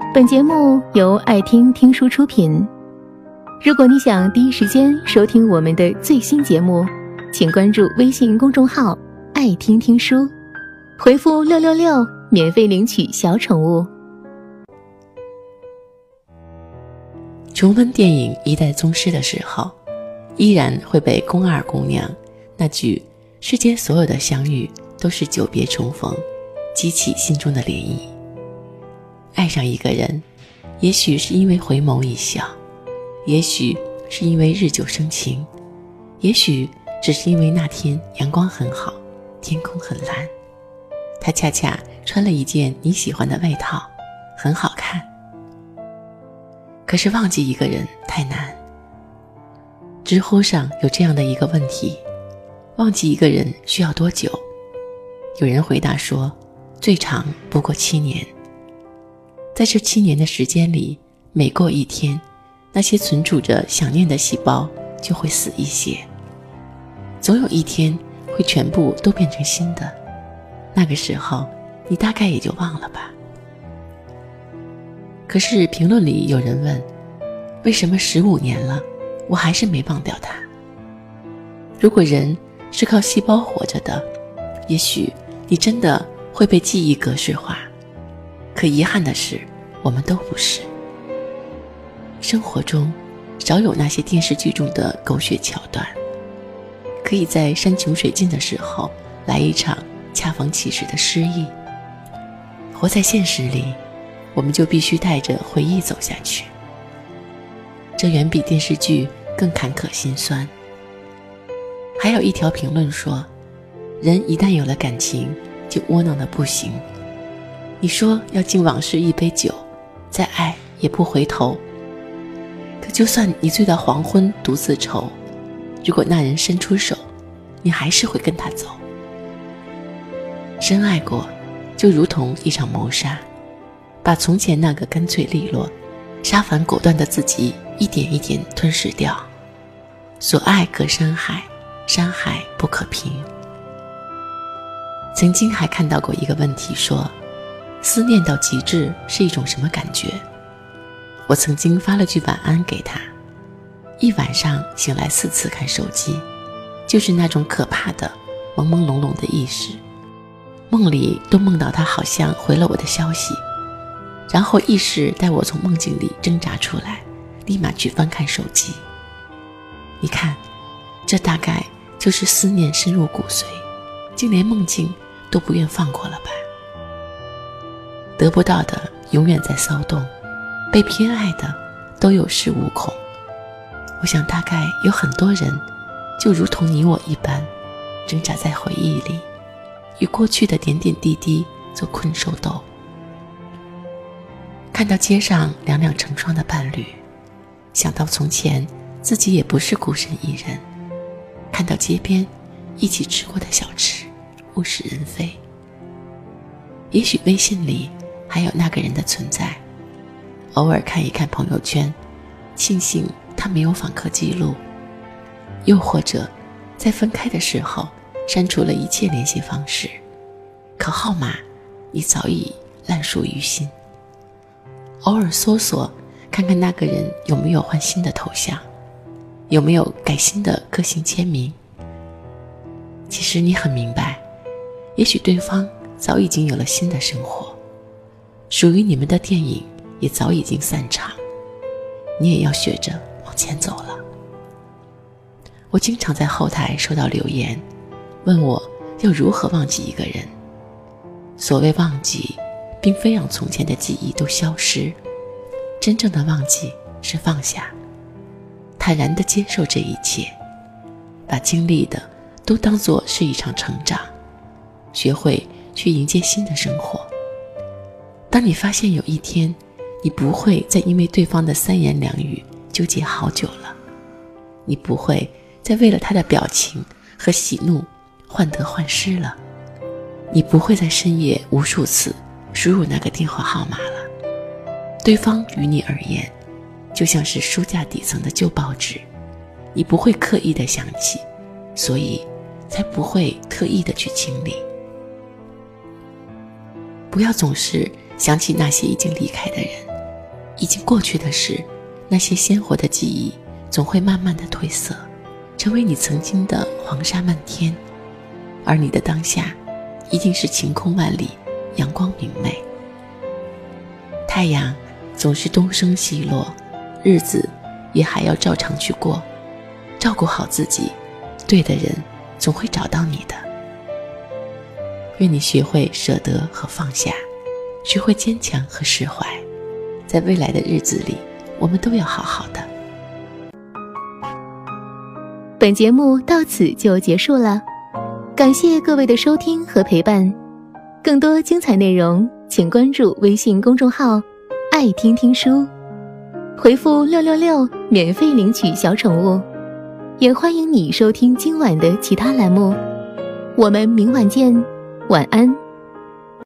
本节目由爱听听书出品。如果你想第一时间收听我们的最新节目，请关注微信公众号爱听听书，回复666免费领取小宠物。 重温电影《一代宗师》的时候，依然会被宫二姑娘那句世间所有的相遇都是久别重逢激起心中的涟漪。爱上一个人，也许是因为回眸一笑，也许是因为日久生情，也许只是因为那天阳光很好，天空很蓝，他恰恰穿了一件你喜欢的外套，很好看。可是忘记一个人太难。知乎上有这样的一个问题，忘记一个人需要多久？有人回答说，最长不过7年。在这7年的时间里，每过一天，那些存储着想念的细胞就会死一些，总有一天会全部都变成新的，那个时候你大概也就忘了吧。可是评论里有人问，为什么15年了我还是没忘掉他？如果人是靠细胞活着的，也许你真的会被记忆格式化，可遗憾的是，我们都不是。生活中少有那些电视剧中的狗血桥段，可以在山穷水尽的时候来一场恰逢其时的失意。活在现实里，我们就必须带着回忆走下去，这远比电视剧更坎坷心酸。还有一条评论说，人一旦有了感情就窝囊的不行，你说要敬往事一杯酒，再爱也不回头。可就算你醉到黄昏独自愁，如果那人伸出手，你还是会跟他走。深爱过就如同一场谋杀，把从前那个干脆利落杀伐果断的自己一点一点吞噬掉。所爱隔山海，山海不可平。曾经还看到过一个问题说，思念到极致是一种什么感觉？我曾经发了句晚安给他，一晚上醒来4次看手机，就是那种可怕的朦朦胧胧的意识，梦里都梦到他好像回了我的消息，然后意识带我从梦境里挣扎出来，立马去翻看手机。你看，这大概就是思念深入骨髓，竟连梦境都不愿放过了吧。得不到的永远在骚动，被偏爱的都有恃无恐。我想大概有很多人就如同你我一般，挣扎在回忆里，与过去的点点滴滴做困兽斗。看到街上两两成双的伴侣，想到从前自己也不是孤身一人，看到街边一起吃过的小吃，物是人非。也许微信里还有那个人的存在，偶尔看一看朋友圈，庆幸他没有访客记录，又或者在分开的时候删除了一切联系方式，可号码你早已烂熟于心。偶尔搜索看看那个人有没有换新的头像，有没有改新的个性签名。其实你很明白，也许对方早已经有了新的生活，属于你们的电影也早已经散场，你也要学着往前走了。我经常在后台收到留言，问我要如何忘记一个人。所谓忘记，并非让从前的记忆都消失，真正的忘记是放下，坦然地接受这一切，把经历的都当作是一场成长，学会去迎接新的生活。当你发现有一天你不会再因为对方的三言两语纠结好久了，你不会再为了他的表情和喜怒患得患失了，你不会在深夜无数次输入那个电话号码了，对方于你而言就像是书架底层的旧报纸，你不会刻意的想起，所以才不会特意的去清理。不要总是想起那些已经离开的人， 已经过去的事，那些鲜活的记忆总会慢慢的褪色，成为你曾经的黄沙漫天，而你的当下一定是晴空万里，阳光明媚。太阳总是东升西落，日子也还要照常去过，照顾好自己，对的人总会找到你的。愿你学会舍得和放下，学会坚强和释怀，在未来的日子里，我们都要好好的。 本节目到此就结束了，感谢各位的收听和陪伴。更多精彩内容，请关注微信公众号“爱听听书”，回复666免费领取小宠物。也欢迎你收听今晚的其他栏目。我们明晚见，晚安。